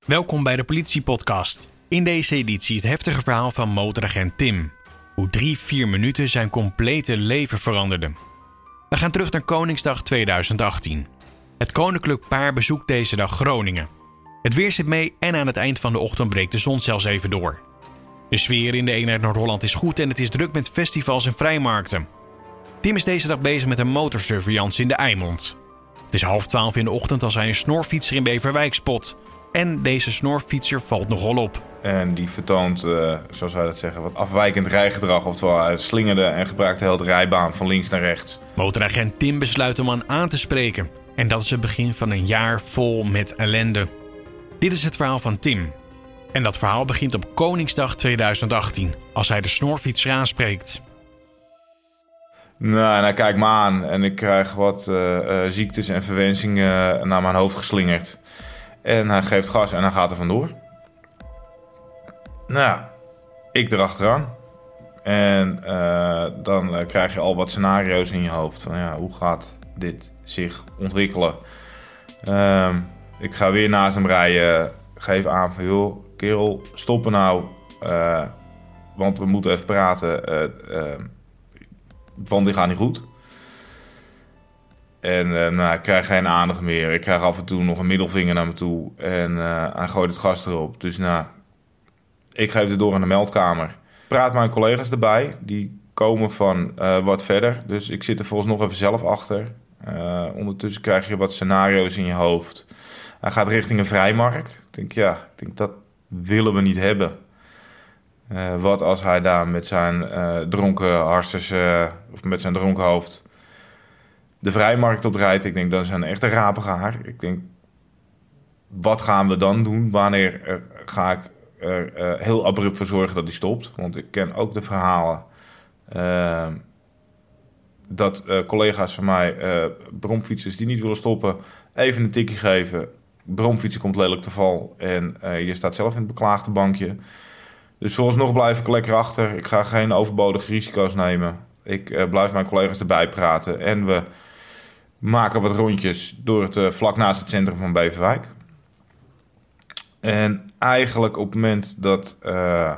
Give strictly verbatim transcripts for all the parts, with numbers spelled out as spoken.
Welkom bij de Politiepodcast. In deze editie het heftige verhaal van motoragent Tim. Hoe drie, vier minuten zijn complete leven veranderden. We gaan terug naar Koningsdag tweeduizend achttien. Het koninklijk paar bezoekt deze dag Groningen. Het weer zit mee en aan het eind van de ochtend breekt de zon zelfs even door. De sfeer in de eenheid Noord-Holland is goed en het is druk met festivals en vrijmarkten. Tim is deze dag bezig met een motorsurveillance in de Eimond. Het is half twaalf in de ochtend als hij een snorfietser in Beverwijk spot. En deze snorfietser valt nogal op. En die vertoont, uh, zoals wij dat zeggen, wat afwijkend rijgedrag. Oftewel, hij slingerde en gebruikte heel de rijbaan van links naar rechts. Motoragent Tim besluit om aan aan te spreken. En dat is het begin van een jaar vol met ellende. Dit is het verhaal van Tim. En dat verhaal begint op Koningsdag tweeduizend achttien, als hij de snorfietser aanspreekt. Nou, en hij kijkt me aan en ik krijg wat uh, uh, ziektes en verwensingen naar mijn hoofd geslingerd. En hij geeft gas en hij gaat er vandoor. Nou, ik erachteraan. En uh, dan uh, krijg je al wat scenario's in je hoofd. Van ja, hoe gaat dit zich ontwikkelen? Uh, ik ga weer naast hem rijden. Geef aan van joh, kerel, stoppen nou. Uh, want we moeten even praten. Uh, uh, want die gaat niet goed. En uh, nou, ik krijg geen aandacht meer. Ik krijg af en toe nog een middelvinger naar me toe. En uh, hij gooit het gas erop. Dus nou, ik geef het door aan de meldkamer. Praat mijn collega's erbij. Die komen van uh, wat verder. Dus ik zit er volgens nog even zelf achter. Uh, ondertussen krijg je wat scenario's in je hoofd. Hij gaat richting een vrijmarkt. Ik denk, ja, ik denk dat willen we niet hebben. Uh, wat als hij daar met zijn uh, dronken harsers, uh, of met zijn dronken hoofd de vrijmarkt oprijdt. Ik denk, dat is een echte rapengaar. Ik denk, wat gaan we dan doen? Wanneer uh, ga ik er uh, heel abrupt voor zorgen dat hij stopt? Want ik ken ook de verhalen uh, dat uh, collega's van mij, uh, bromfietsers die niet willen stoppen, even een tikje geven. Bromfietser komt lelijk te val en uh, je staat zelf in het beklaagde bankje. Dus vooralsnog blijf ik lekker achter. Ik ga geen overbodige risico's nemen. Ik uh, blijf mijn collega's erbij praten. En we maken wat rondjes door het uh, vlak naast het centrum van Beverwijk. En eigenlijk op het moment dat, uh,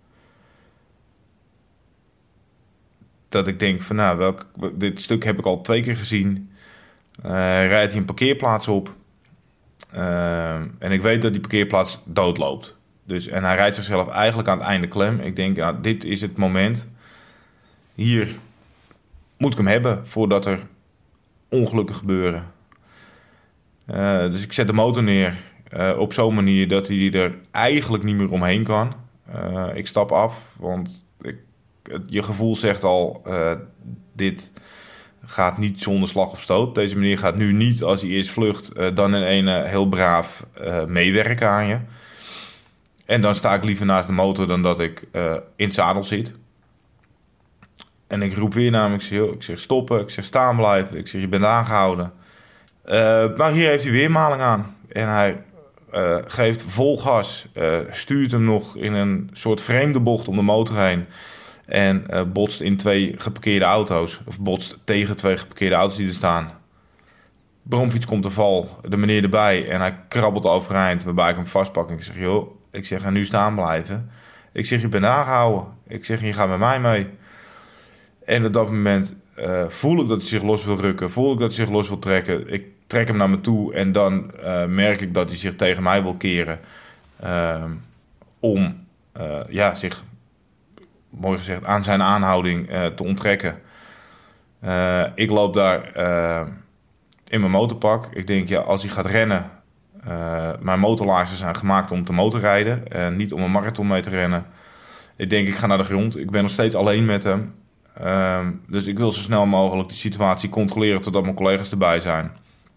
dat ik denk van nou, welk, dit stuk heb ik al twee keer gezien. Uh, rijdt hij een parkeerplaats op. Uh, en ik weet dat die parkeerplaats doodloopt. Dus, en hij rijdt zichzelf eigenlijk aan het einde klem. Ik denk, ja, dit is het moment. Hier moet ik hem hebben voordat er ongelukken gebeuren. Uh, dus ik zet de motor neer uh, op zo'n manier dat hij er eigenlijk niet meer omheen kan. Uh, ik stap af, want ik, het, je gevoel zegt al, uh, dit gaat niet zonder slag of stoot. Deze meneer gaat nu niet, als hij eerst vlucht, uh, dan in een heel braaf uh, meewerken aan je. En dan sta ik liever naast de motor dan dat ik uh, in het zadel zit. En ik roep weer naar hem. Ik zeg, ik zeg stoppen. Ik zeg staan blijven. Ik zeg je bent aangehouden. Uh, maar hier heeft hij weer maling aan. En hij uh, geeft vol gas. Uh, stuurt hem nog in een soort vreemde bocht om de motor heen. En uh, botst in twee geparkeerde auto's. Of botst tegen twee geparkeerde auto's die er staan. Bromfiets komt te val. De meneer erbij. En hij krabbelt overeind. Waarbij ik hem vastpak. En ik zeg joh. Ik zeg, ga nu staan blijven. Ik zeg, je bent aangehouden. Ik zeg, je gaat met mij mee. En op dat moment uh, voel ik dat hij zich los wil rukken. Voel ik dat hij zich los wil trekken. Ik trek hem naar me toe. En dan uh, merk ik dat hij zich tegen mij wil keren. Uh, om uh, ja, zich, mooi gezegd, aan zijn aanhouding uh, te onttrekken. Uh, ik loop daar uh, in mijn motorpak. Ik denk, ja, als hij gaat rennen. Uh, mijn motorlaarzen zijn gemaakt om te motorrijden. En niet om een marathon mee te rennen. Ik denk, ik ga naar de grond. Ik ben nog steeds alleen met hem. Uh, dus ik wil zo snel mogelijk de situatie controleren totdat mijn collega's erbij zijn.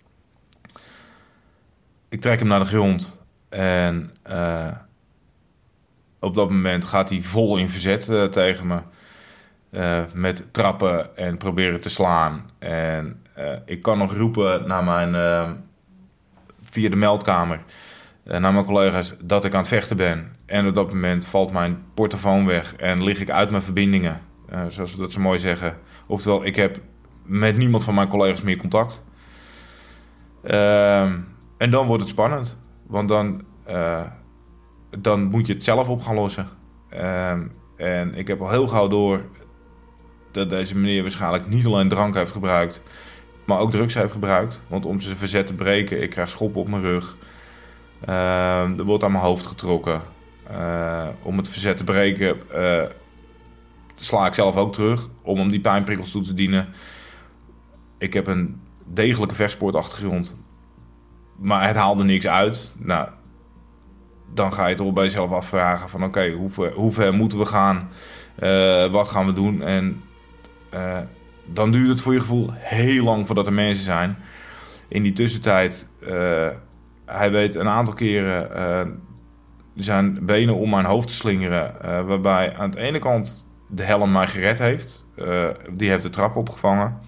Ik trek hem naar de grond. En uh, op dat moment gaat hij vol in verzet uh, tegen me. Uh, met trappen en proberen te slaan. En uh, ik kan nog roepen naar mijn... Uh, via de meldkamer uh, naar mijn collega's dat ik aan het vechten ben. En op dat moment valt mijn portofoon weg en lig ik uit mijn verbindingen. Uh, zoals we dat zo mooi zeggen. Oftewel, ik heb met niemand van mijn collega's meer contact. Uh, en dan wordt het spannend. Want dan uh, dan moet je het zelf op gaan lossen. Uh, en ik heb al heel gauw door dat deze meneer waarschijnlijk niet alleen drank heeft gebruikt, maar ook drugs heeft gebruikt. Want om zijn verzet te breken, ik krijg schoppen op mijn rug. Uh, er wordt aan mijn hoofd getrokken. Uh, om het verzet te breken uh, sla ik zelf ook terug. Om hem die pijnprikkels toe te dienen. Ik heb een degelijke vechtsportachtergrond. Maar het haalde niks uit. Nou, dan ga je toch bij jezelf afvragen van oké, okay, hoe, ver, hoe ver moeten we gaan? Uh, wat gaan we doen? En uh, dan duurt het voor je gevoel heel lang voordat er mensen zijn. In die tussentijd, uh, hij weet een aantal keren uh, zijn benen om mijn hoofd te slingeren. Uh, waarbij aan de ene kant de helm mij gered heeft. Uh, die heeft de trap opgevangen.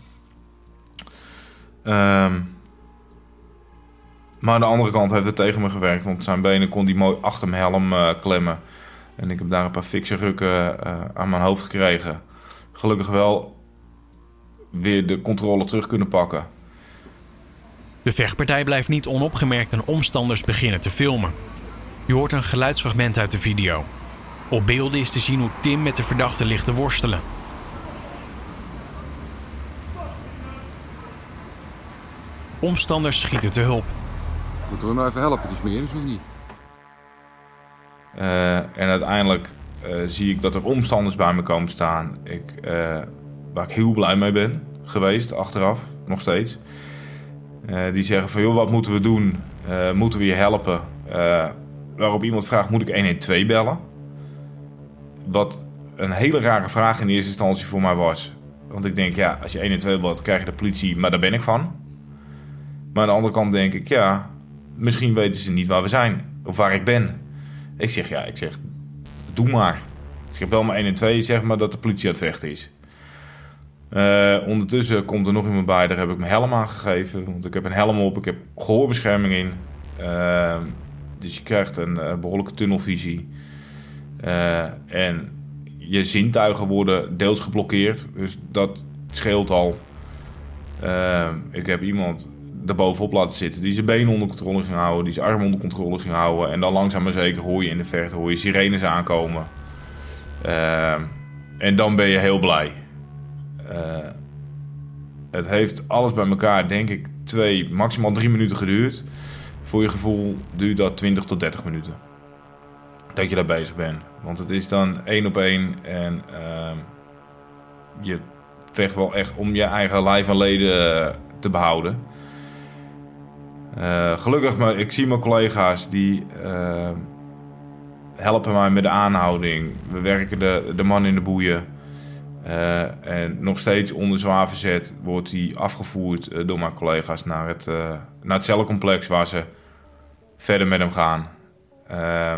Um, maar aan de andere kant heeft het tegen me gewerkt. Want zijn benen kon hij mooi achter mijn helm uh, klemmen. En ik heb daar een paar fikse rukken uh, aan mijn hoofd gekregen. Gelukkig wel weer de controle terug kunnen pakken. De vechtpartij blijft niet onopgemerkt en omstanders beginnen te filmen. Je hoort een geluidsfragment uit de video. Op beelden is te zien hoe Tim met de verdachte ligt te worstelen. Omstanders schieten te hulp. Moeten we nou even helpen, dus meer is of niet? Uh, en uiteindelijk uh, zie ik dat er omstanders bij me komen staan. Ik, uh, waar ik heel blij mee ben geweest, achteraf, nog steeds. Uh, die zeggen van, joh, wat moeten we doen? Uh, moeten we je helpen? Uh, waarop iemand vraagt, moet ik een een twee bellen? Wat een hele rare vraag in eerste instantie voor mij was. Want ik denk, ja, als je een een twee belt, krijg je de politie, maar daar ben ik van. Maar aan de andere kant denk ik, ja, misschien weten ze niet waar we zijn. Of waar ik ben. Ik zeg, ja, ik zeg, doe maar. Ik zeg, bel maar een en twee, zeg maar dat de politie aan het vechten is. Uh, ondertussen komt er nog iemand bij, daar heb ik mijn helm aan gegeven. Want ik heb een helm op, ik heb gehoorbescherming in. Uh, dus je krijgt een uh, behoorlijke tunnelvisie. Uh, en je zintuigen worden deels geblokkeerd. Dus dat scheelt al. Uh, ik heb iemand erbovenop laten zitten die zijn benen onder controle ging houden, die zijn armen onder controle ging houden. En dan langzaam maar zeker hoor je in de verte, hoor je sirenes aankomen. Uh, en dan ben je heel blij. Uh, het heeft alles bij elkaar, denk ik, twee, maximaal drie minuten geduurd. Voor je gevoel duurt dat twintig tot dertig minuten. Dat je daar bezig bent. Want het is dan één op één en uh, je vecht wel echt om je eigen lijf en leden te behouden. Uh, gelukkig, maar ik zie mijn collega's die uh, helpen mij met de aanhouding. We werken de, de man in de boeien. Uh, en nog steeds onder zwaar verzet wordt hij afgevoerd uh, door mijn collega's naar het, uh, naar het cellencomplex waar ze verder met hem gaan. Uh,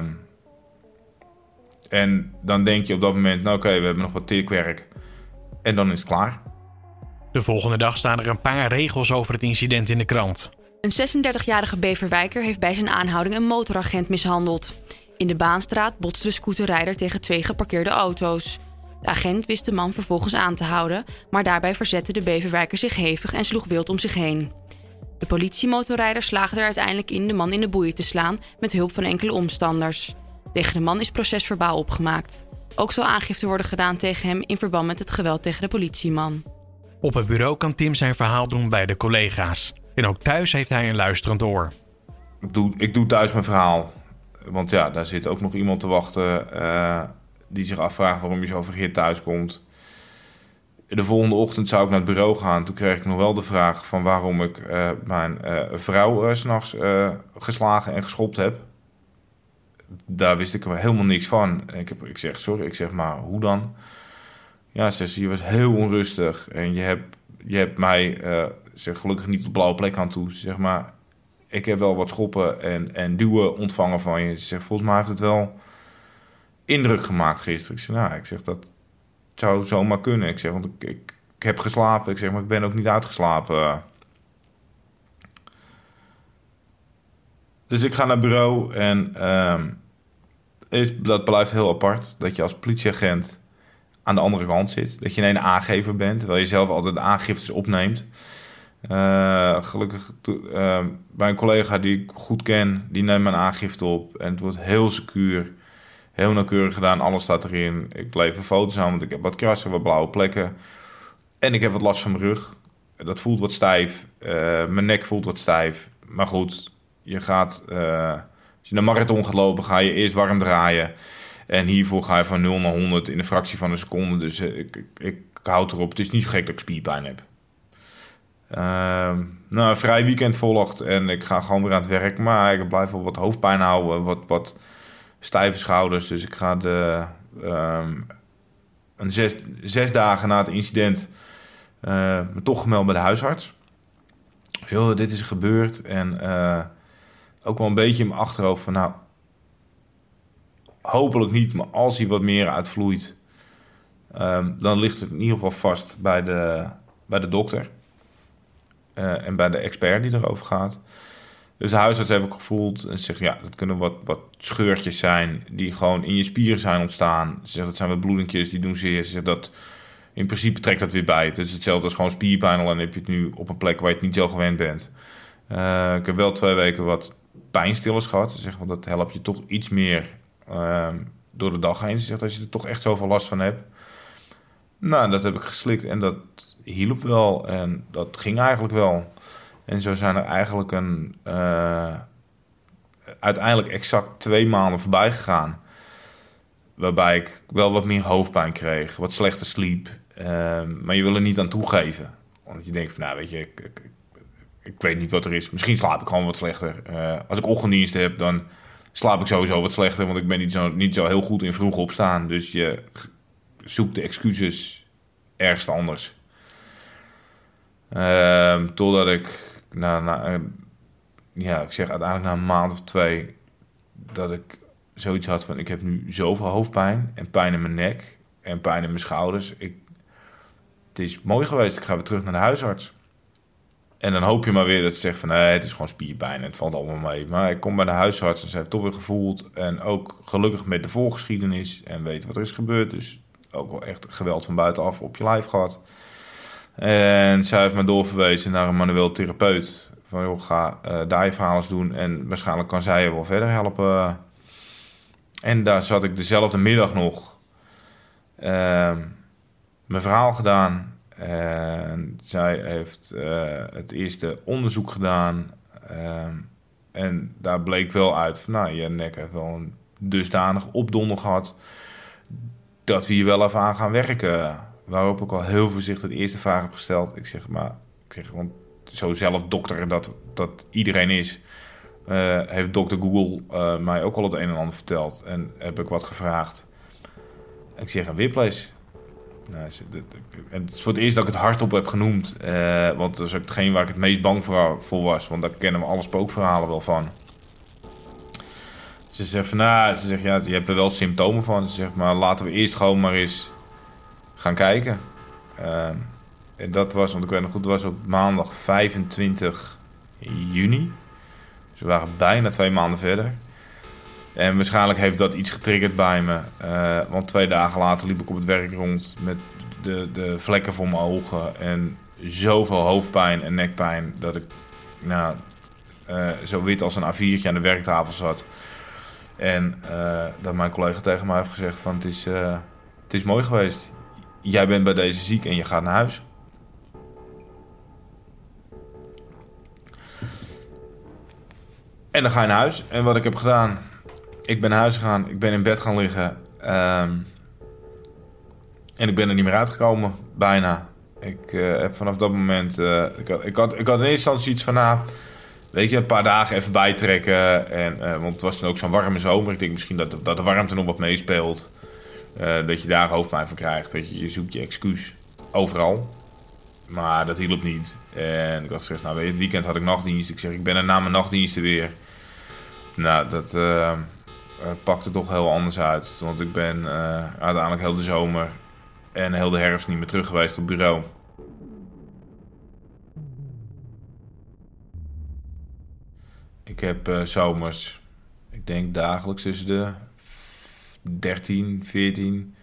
en dan denk je op dat moment, nou oké, okay, we hebben nog wat teerwerk. En dan is het klaar. De volgende dag staan er een paar regels over het incident in de krant. Een zesendertigjarige Beverwijker heeft bij zijn aanhouding een motoragent mishandeld. In de Baanstraat botste de scooterrijder tegen twee geparkeerde auto's. De agent wist de man vervolgens aan te houden, maar daarbij verzette de Beverwijker zich hevig en sloeg wild om zich heen. De politiemotorrijder slaagde er uiteindelijk in de man in de boeien te slaan met hulp van enkele omstanders. Tegen de man is procesverbaal opgemaakt. Ook zal aangifte worden gedaan tegen hem in verband met het geweld tegen de politieman. Op het bureau kan Tim zijn verhaal doen bij de collega's. En ook thuis heeft hij een luisterend oor. Ik doe, ik doe thuis mijn verhaal. Want ja, daar zit ook nog iemand te wachten uh, die zich afvraagt waarom je zo vergeerd thuis komt. De volgende ochtend zou ik naar het bureau gaan. Toen kreeg ik nog wel de vraag van waarom ik uh, mijn uh, vrouw uh, 's nachts uh, geslagen en geschopt heb. Daar wist ik helemaal niks van. Ik, heb, ik zeg, sorry, ik zeg maar, hoe dan? Ja, ze je was heel onrustig en je hebt, je hebt mij, uh, zeg, gelukkig niet op de blauwe plek aan toe. Zeg maar, ik heb wel wat schoppen en, en duwen ontvangen van je. Ze zegt, volgens mij heeft het wel indruk gemaakt gisteren. Ik zeg, nou, ik zeg, dat zou zomaar kunnen. Ik zeg, want ik, ik, ik heb geslapen. Ik zeg, maar ik ben ook niet uitgeslapen. Dus ik ga naar het bureau en uh, is, dat blijft heel apart. Dat je als politieagent aan de andere kant zit. Dat je ineens een aangever bent, terwijl je zelf altijd de aangiftes opneemt. Uh, gelukkig uh, bij een collega die ik goed ken, die neemt mijn aangifte op. En het wordt heel secuur, heel nauwkeurig gedaan. Alles staat erin. Ik lever foto's aan, want ik heb wat krassen, wat blauwe plekken. En ik heb wat last van mijn rug. Dat voelt wat stijf. Uh, mijn nek voelt wat stijf. Maar goed, je gaat... Uh, als je een marathon gaat lopen, ga je eerst warm draaien. En hiervoor ga je van nul naar honderd in een fractie van een seconde. Dus uh, ik, ik, ik houd erop. Het is niet zo gek dat ik spierpijn heb. Uh, nou, een vrij weekend volgt en ik ga gewoon weer aan het werk. Maar ik blijf wel wat hoofdpijn houden, wat, wat stijve schouders. Dus ik ga de, um, een zes, zes dagen na het incident uh, me toch gemeld bij de huisarts. Zo, dit is er gebeurd. En uh, ook wel een beetje in mijn achterhoofd van nou, hopelijk niet, maar als hij wat meer uitvloeit, um, dan ligt het in ieder geval vast bij de, bij de dokter. Uh, en bij de expert die erover gaat. Dus de huisarts heb ik gevoeld. En ze zegt, ja, dat kunnen wat, wat scheurtjes zijn die gewoon in je spieren zijn ontstaan. Ze zegt, dat zijn wat bloedingjes, die doen zeer. Ze zegt, dat in principe trekt dat weer bij. Het is hetzelfde als gewoon spierpijn, alleen heb je het nu op een plek waar je het niet zo gewend bent. Uh, ik heb wel twee weken wat pijnstillers gehad. Ze zegt, want dat helpt je toch iets meer uh, door de dag heen. Ze zegt, als je er toch echt zoveel last van hebt. Nou, dat heb ik geslikt en dat hielp wel en dat ging eigenlijk wel. En zo zijn er eigenlijk een uh, uiteindelijk exact twee maanden voorbij gegaan. Waarbij ik wel wat meer hoofdpijn kreeg, wat slechter sliep. Uh, maar je wil er niet aan toegeven. Want je denkt van, nou weet je, ik, ik, ik weet niet wat er is. Misschien slaap ik gewoon wat slechter. Uh, als ik ochtenddiensten heb, dan slaap ik sowieso wat slechter. Want ik ben niet zo, niet zo heel goed in vroeg opstaan. Dus je zoekt de excuses ergens anders. Uh, totdat ik, nou, nou, uh, ja, ik zeg uiteindelijk na een maand of twee, dat ik zoiets had van, ik heb nu zoveel hoofdpijn en pijn in mijn nek en pijn in mijn schouders. Ik, het is mooi geweest, ik ga weer terug naar de huisarts. En dan hoop je maar weer dat ze zegt van, nee, het is gewoon spierpijn en het valt allemaal mee. Maar ik kom bij de huisarts en ze heeft toch weer gevoeld en ook gelukkig met de voorgeschiedenis en weet wat er is gebeurd. Dus ook wel echt geweld van buitenaf op je lijf gehad. En zij heeft me doorverwezen naar een manueel therapeut. Van, joh, ga uh, daar je verhaal eens doen. En waarschijnlijk kan zij je wel verder helpen. En daar zat ik dezelfde middag nog uh, mijn verhaal gedaan. En zij heeft uh, het eerste onderzoek gedaan. Uh, en daar bleek wel uit van, nou, je nek heeft wel een dusdanig opdonder gehad dat we hier wel even aan gaan werken. Waarop ik al heel voorzichtig de eerste vraag heb gesteld. Ik zeg, maar, ik zeg, want zo zelf dokter dat, dat iedereen is, uh, heeft dokter Google uh, mij ook al het een en ander verteld. En heb ik wat gevraagd. Ik zeg, een weerplace. Nou, het is voor het eerst dat ik het hardop heb genoemd. Uh, want dat is ook hetgeen waar ik het meest bang voor, voor was. Want daar kennen we alle spookverhalen wel van. Ze zegt van, nou, ze zegt, ja, je hebt er wel symptomen van. Ze zegt, maar laten we eerst gewoon maar eens gaan kijken. Uh, en dat was, want ik weet nog goed, het was op maandag vijfentwintig juni. Dus we waren bijna twee maanden verder. En waarschijnlijk heeft dat iets getriggerd bij me. Uh, want twee dagen later liep ik op het werk rond met de, de vlekken voor mijn ogen. En zoveel hoofdpijn en nekpijn dat ik nou, uh, zo wit als een A viertje aan de werktafel zat. En uh, dat mijn collega tegen mij heeft gezegd van, het is, uh, het is mooi geweest. Jij bent bij deze ziek en je gaat naar huis. En dan ga je naar huis. En wat ik heb gedaan, ik ben naar huis gegaan, ik ben in bed gaan liggen. Um, en ik ben er niet meer uitgekomen, bijna. Ik uh, heb vanaf dat moment, uh, ik, had, ik, had, ik had in eerste instantie iets van, nou, weet je, een paar dagen even bijtrekken. En, uh, want het was dan ook zo'n warme zomer. Ik denk misschien dat, dat de warmte nog wat meespeelt. Uh, dat je daar hoofdpijn van krijgt. Dat je, je zoekt je excuus overal. Maar dat hielp niet. En ik had gezegd, nou weet je, het weekend had ik nachtdienst. Ik zeg, ik ben er na mijn nachtdiensten weer. Nou, dat uh, uh, pakte toch heel anders uit. Want ik ben uh, uiteindelijk heel de zomer en heel de herfst niet meer terug geweest op bureau. Ik heb uh, zomers, ik denk dagelijks tussen de dertien, veertien,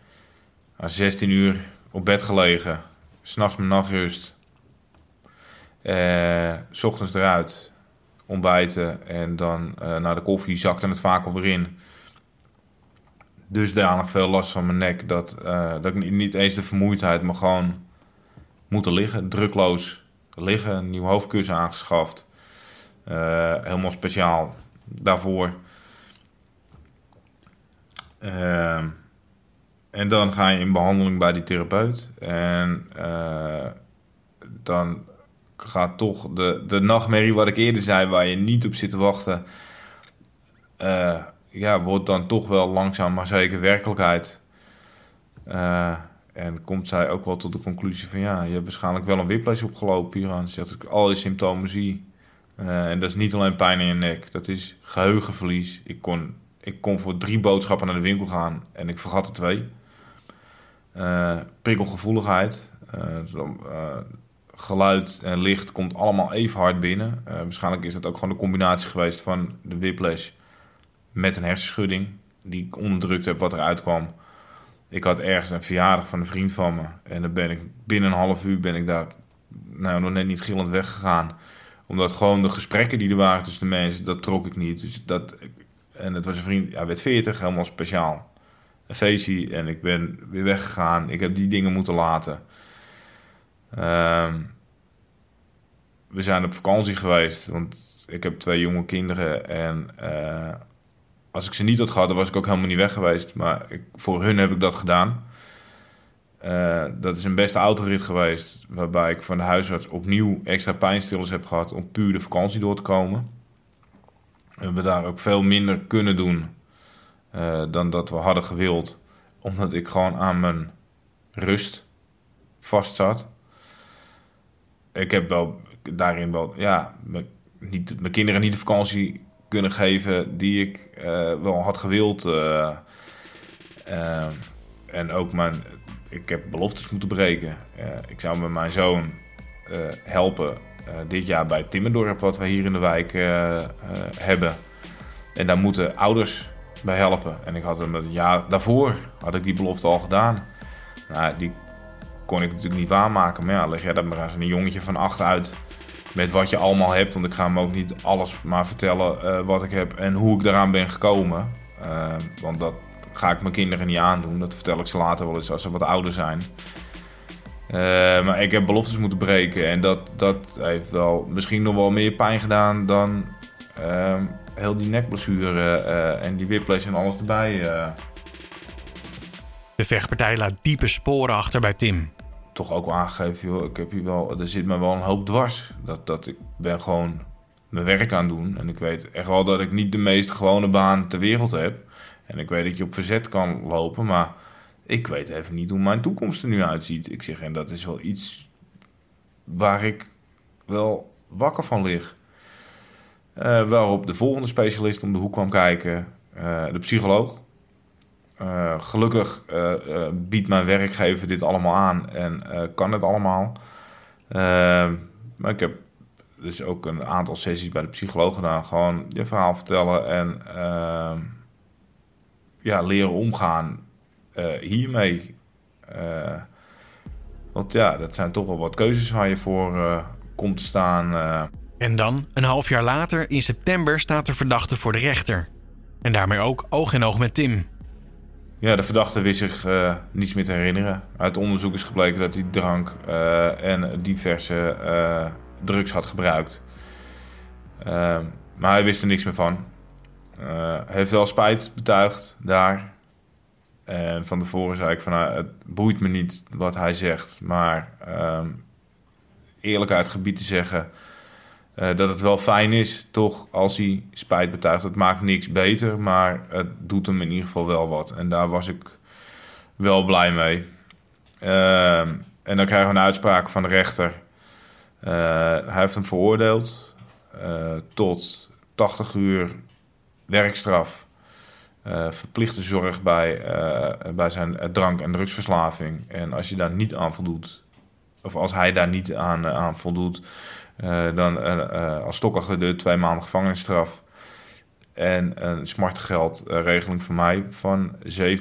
zestien uur op bed gelegen. 's Nachts mijn nachtrust. Uh, 's ochtends eruit, ontbijten en dan uh, naar de koffie zakte het vaak alweer in. Dusdanig veel last van mijn nek dat, uh, dat ik niet eens de vermoeidheid, maar gewoon moeten liggen. Drukloos liggen, een nieuw hoofdkussen aangeschaft. Uh, helemaal speciaal daarvoor. Uh, en dan ga je in behandeling bij die therapeut. En uh, dan gaat toch de, de nachtmerrie, wat ik eerder zei, waar je niet op zit te wachten, Uh, ja, wordt dan toch wel langzaam maar zeker werkelijkheid. Uh, en komt zij ook wel tot de conclusie van ja, je hebt waarschijnlijk wel een whiplash opgelopen hier aan. Dus dat ik al je symptomen zie. Uh, en dat is niet alleen pijn in je nek, dat is geheugenverlies. Ik kon, ik kon voor drie boodschappen naar de winkel gaan en ik vergat er twee. Uh, prikkelgevoeligheid, uh, uh, geluid en licht komt allemaal even hard binnen. Uh, waarschijnlijk is dat ook gewoon de combinatie geweest van de whiplash met een hersenschudding die ik onderdrukt heb wat eruit kwam. Ik had ergens een verjaardag van een vriend van me en dan ben ik binnen een half uur ben ik daar nou nog net niet gillend weggegaan, omdat gewoon de gesprekken die er waren tussen de mensen, dat trok ik niet. Dus dat, en het was een vriend, hij werd veertig, helemaal speciaal. Een feestje en ik ben weer weggegaan. Ik heb die dingen moeten laten. Uh, we zijn op vakantie geweest, want ik heb twee jonge kinderen en uh, als ik ze niet had gehad, dan was ik ook helemaal niet weg geweest. Maar ik, voor hun heb ik dat gedaan. Uh, dat is een beste autorit geweest, waarbij ik van de huisarts opnieuw extra pijnstillers heb gehad om puur de vakantie door te komen. We hebben daar ook veel minder kunnen doen uh, dan dat we hadden gewild, omdat ik gewoon aan mijn rust vast zat. Ik heb wel daarin wel, ja, mijn, niet, mijn kinderen niet de vakantie kunnen geven die ik uh, wel had gewild. Uh, uh, en ook mijn, ik heb beloftes moeten breken. Uh, ik zou met mijn zoon uh, helpen uh, dit jaar bij Timmerdorp, wat we hier in de wijk uh, uh, hebben. En daar moeten ouders bij helpen. En ik had hem het jaar daarvoor had ik die belofte al gedaan. Nou, die kon ik natuurlijk niet waarmaken. Maar ja, leg jij dat maar als een jongetje van acht uit met wat je allemaal hebt. Want ik ga hem ook niet alles maar vertellen uh, wat ik heb en hoe ik daaraan ben gekomen. Uh, want dat ga ik mijn kinderen niet aandoen. Dat vertel ik ze later wel eens als ze wat ouder zijn. Uh, maar ik heb beloftes moeten breken. En dat, dat heeft wel misschien nog wel meer pijn gedaan dan uh, heel die nekblessure uh, en die whiplash en alles erbij. Uh. De vechtpartij laat diepe sporen achter bij Tim. Toch ook wel aangegeven, joh, ik heb hier wel, er zit me wel een hoop dwars. Dat, dat ik ben gewoon mijn werk aan het doen. En ik weet echt wel dat ik niet de meest gewone baan ter wereld heb. En ik weet dat je op verzet kan lopen, maar ik weet even niet hoe mijn toekomst er nu uitziet. Ik zeg, en dat is wel iets waar ik wel wakker van lig. Uh, waarop de volgende specialist om de hoek kwam kijken, uh, de psycholoog. Uh, gelukkig uh, uh, biedt mijn werkgever dit allemaal aan en uh, kan het allemaal. Uh, maar ik heb dus ook een aantal sessies bij de psycholoog gedaan. Gewoon je verhaal vertellen en uh, ja, leren omgaan uh, hiermee. Uh, want ja, dat zijn toch wel wat keuzes waar je voor uh, komt te staan. Uh. En dan, een half jaar later, in september, staat de verdachte voor de rechter. En daarmee ook oog in oog met Tim. Ja, de verdachte wist zich uh, niets meer te herinneren. Uit onderzoek is gebleken dat hij drank uh, en diverse uh, drugs had gebruikt. Uh, maar hij wist er niks meer van. Uh, hij heeft wel spijt betuigd daar. En van tevoren zei ik van, nou, het boeit me niet wat hij zegt. Maar uh, eerlijkheid gebied te zeggen uh, dat het wel fijn is, toch, als hij spijt betuigt. Het maakt niks beter, maar het doet hem in ieder geval wel wat. En daar was ik wel blij mee. Uh, en dan krijgen we een uitspraak van de rechter. Uh, hij heeft hem veroordeeld uh, tot tachtig uur werkstraf. Uh, verplichte zorg bij, uh, bij zijn uh, drank- en drugsverslaving. En als je daar niet aan voldoet, of als hij daar niet aan, uh, aan voldoet, uh, dan uh, uh, als stok achter de deur twee maanden gevangenisstraf. En een smartgeldregeling uh, voor mij van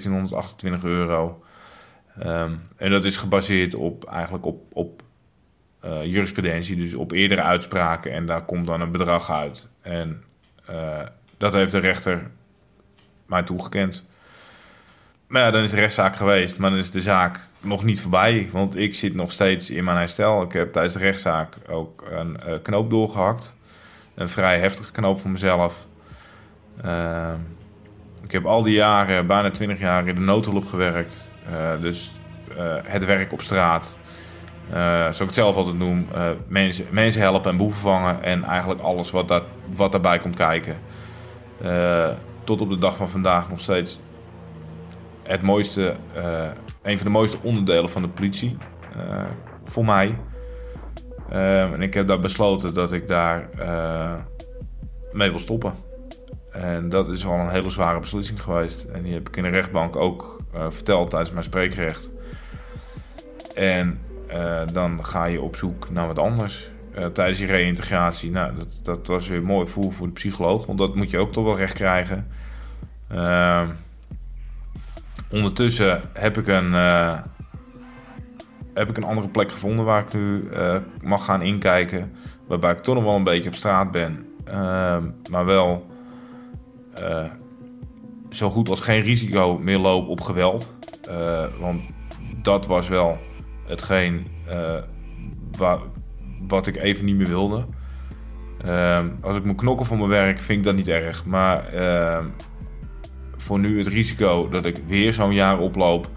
zeventienhonderdachtentwintig euro. Um, en dat is gebaseerd op eigenlijk op, op uh, jurisprudentie, dus op eerdere uitspraken. En daar komt dan een bedrag uit. En uh, dat heeft de rechter mij toegekend. Maar ja, dan is de rechtszaak geweest, maar dan is de zaak nog niet voorbij. Want ik zit nog steeds in mijn herstel. Ik heb tijdens de rechtszaak ook een uh, knoop doorgehakt. Een vrij heftige knoop voor mezelf. Uh, ik heb al die jaren, bijna twintig jaar, in de noodhulp gewerkt. Uh, dus uh, het werk op straat. Uh, zoals ik het zelf altijd noem. Uh, mensen, mensen helpen en boeven vangen. En eigenlijk alles wat, dat, wat daarbij komt kijken. Uh, tot op de dag van vandaag nog steeds het mooiste, uh, een van de mooiste onderdelen van de politie. Uh, voor mij. Uh, en ik heb daar besloten dat ik daar uh, mee wil stoppen. En dat is al een hele zware beslissing geweest. En die heb ik in de rechtbank ook uh, verteld tijdens mijn spreekrecht. En uh, dan ga je op zoek naar wat anders. Uh, tijdens die reïntegratie, nou, dat, dat was weer mooi voor, voor de psycholoog. Want dat moet je ook toch wel recht krijgen. Uh, ondertussen heb ik een... Uh, heb ik een andere plek gevonden waar ik nu uh, mag gaan inkijken. Waarbij ik toch nog wel een beetje op straat ben. Uh, maar wel uh, zo goed als geen risico meer loop op geweld. Uh, want dat was wel hetgeen uh, waar, wat ik even niet meer wilde. Uh, als ik moet knokken voor mijn werk vind ik dat niet erg. Maar uh, voor nu het risico dat ik weer zo'n jaar oploop...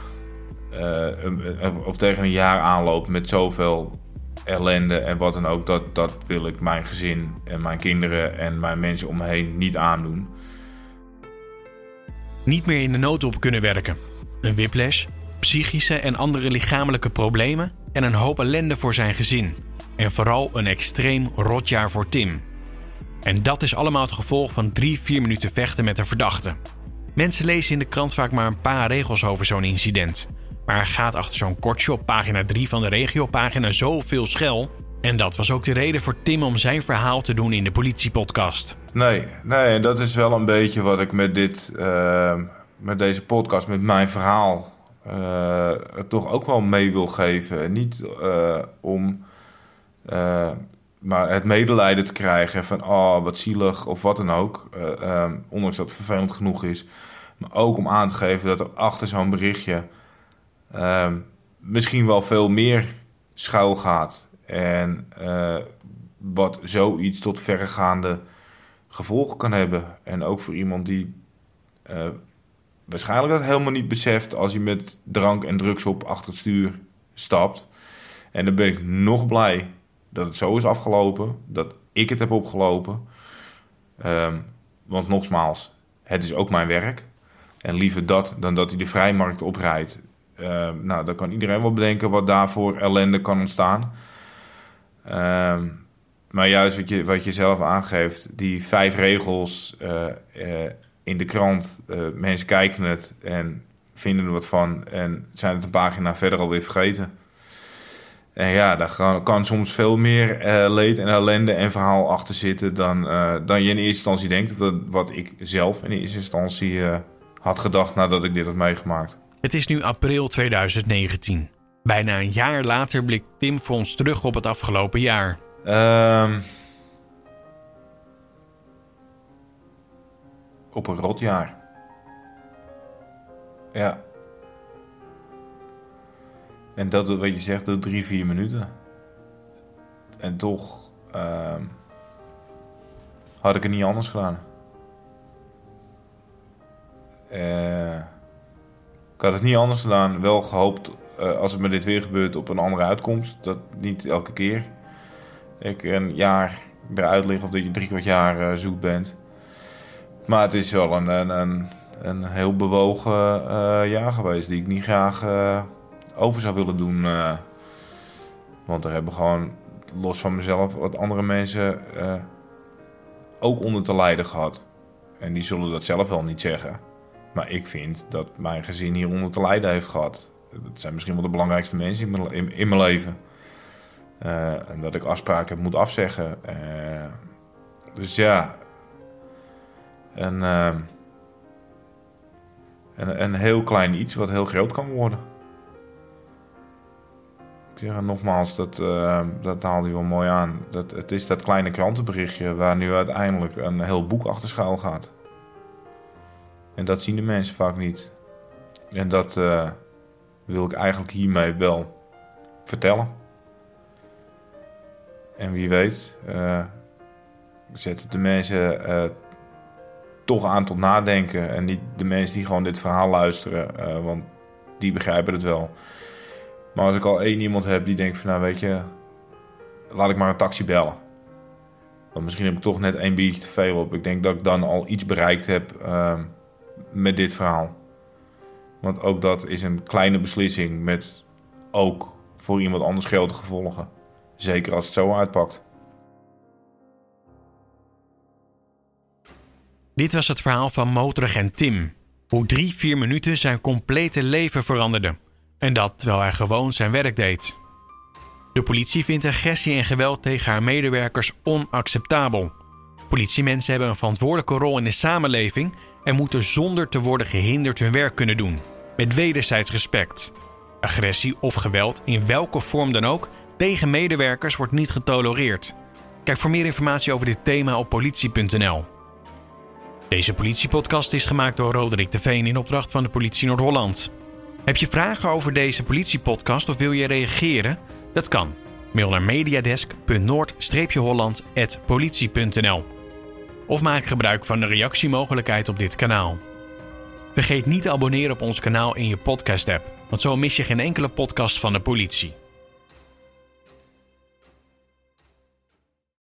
Uh, of tegen een jaar aanloop met zoveel ellende en wat dan ook, dat, dat wil ik mijn gezin en mijn kinderen en mijn mensen om me heen niet aandoen. Niet meer in de noodhulp kunnen werken. Een whiplash, psychische en andere lichamelijke problemen en een hoop ellende voor zijn gezin. En vooral een extreem rot jaar voor Tim. En dat is allemaal het gevolg van drie, vier minuten vechten met een verdachte. Mensen lezen in de krant vaak maar een paar regels over zo'n incident. Maar er gaat achter zo'n kortje op pagina drie van de regiopagina zoveel schel. En dat was ook de reden voor Tim om zijn verhaal te doen in de politiepodcast. Nee, nee, dat is wel een beetje wat ik met, dit, uh, met deze podcast, met mijn verhaal, uh, toch ook wel mee wil geven. Niet uh, om uh, maar het medelijden te krijgen van oh, wat zielig of wat dan ook. Uh, uh, ondanks dat het vervelend genoeg is. Maar ook om aan te geven dat er achter zo'n berichtje... Uh, misschien wel veel meer schuil gaat. En uh, wat zoiets tot verregaande gevolgen kan hebben. En ook voor iemand die uh, waarschijnlijk dat helemaal niet beseft als hij met drank en drugs op achter het stuur stapt. En dan ben ik nog blij dat het zo is afgelopen. Dat ik het heb opgelopen. Um, want nogmaals, het is ook mijn werk. En liever dat dan dat hij de vrijmarkt oprijdt. Uh, nou, dan kan iedereen wel bedenken wat daarvoor ellende kan ontstaan. Uh, maar juist wat je, wat je zelf aangeeft, die vijf regels uh, uh, in de krant. Uh, mensen kijken het en vinden er wat van en zijn het een pagina verder alweer vergeten. En ja, daar kan, kan soms veel meer uh, leed en ellende en verhaal achter zitten dan, uh, dan je in eerste instantie denkt. Dat, wat ik zelf in eerste instantie uh, had gedacht nadat ik dit had meegemaakt. Het is nu april tweeduizend negentien. Bijna een jaar later blikt Tim voor ons terug op het afgelopen jaar. Um, op een rotjaar. Ja. En dat wat je zegt, dat drie, vier minuten. En toch um, had ik het niet anders gedaan. Uh, ik had het niet anders gedaan. Wel gehoopt, uh, als het me dit weer gebeurt, op een andere uitkomst. Dat niet elke keer ik een jaar eruit lig of dat je drie kwart jaar uh, zoek bent. Maar het is wel een, een, een, een heel bewogen uh, jaar geweest die ik niet graag uh, over zou willen doen. Uh, want er hebben gewoon, los van mezelf, wat andere mensen uh, ook onder te lijden gehad. En die zullen dat zelf wel niet zeggen. Maar ik vind dat mijn gezin hieronder te lijden heeft gehad. Dat zijn misschien wel de belangrijkste mensen in mijn, in, in mijn leven. Uh, en dat ik afspraken heb moeten afzeggen. Uh, dus ja. En, uh, een, een heel klein iets wat heel groot kan worden. Ik zeg nogmaals, dat, uh, dat haalt hij wel mooi aan. Dat, het is dat kleine krantenberichtje waar nu uiteindelijk een heel boek achter schuil gaat. En dat zien de mensen vaak niet. En dat uh, wil ik eigenlijk hiermee wel vertellen. En wie weet, uh, zetten de mensen uh, toch aan tot nadenken. En niet de mensen die gewoon dit verhaal luisteren, uh, want die begrijpen het wel. Maar als ik al één iemand heb die denkt van, nou weet je, laat ik maar een taxi bellen. Want misschien heb ik toch net één biertje te veel op. Ik denk dat ik dan al iets bereikt heb uh, met dit verhaal. Want ook dat is een kleine beslissing met ook voor iemand anders grote gevolgen. Zeker als het zo uitpakt. Dit was het verhaal van motoragent Tim. Hoe drie, vier minuten zijn complete leven veranderde. En dat terwijl hij gewoon zijn werk deed. De politie vindt agressie en geweld tegen haar medewerkers onacceptabel. Politiemensen hebben een verantwoordelijke rol in de samenleving en moeten zonder te worden gehinderd hun werk kunnen doen. Met wederzijds respect. Agressie of geweld, in welke vorm dan ook, tegen medewerkers wordt niet getolereerd. Kijk voor meer informatie over dit thema op politie punt n l. Deze politiepodcast is gemaakt door Roderick de Veen in opdracht van de Politie Noord-Holland. Heb je vragen over deze politiepodcast of wil je reageren? Dat kan. Mail naar mediadesk punt noord holland apenstaartje politie punt n l. Of maak gebruik van de reactiemogelijkheid op dit kanaal. Vergeet niet te abonneren op ons kanaal in je podcast-app, want zo mis je geen enkele podcast van de politie.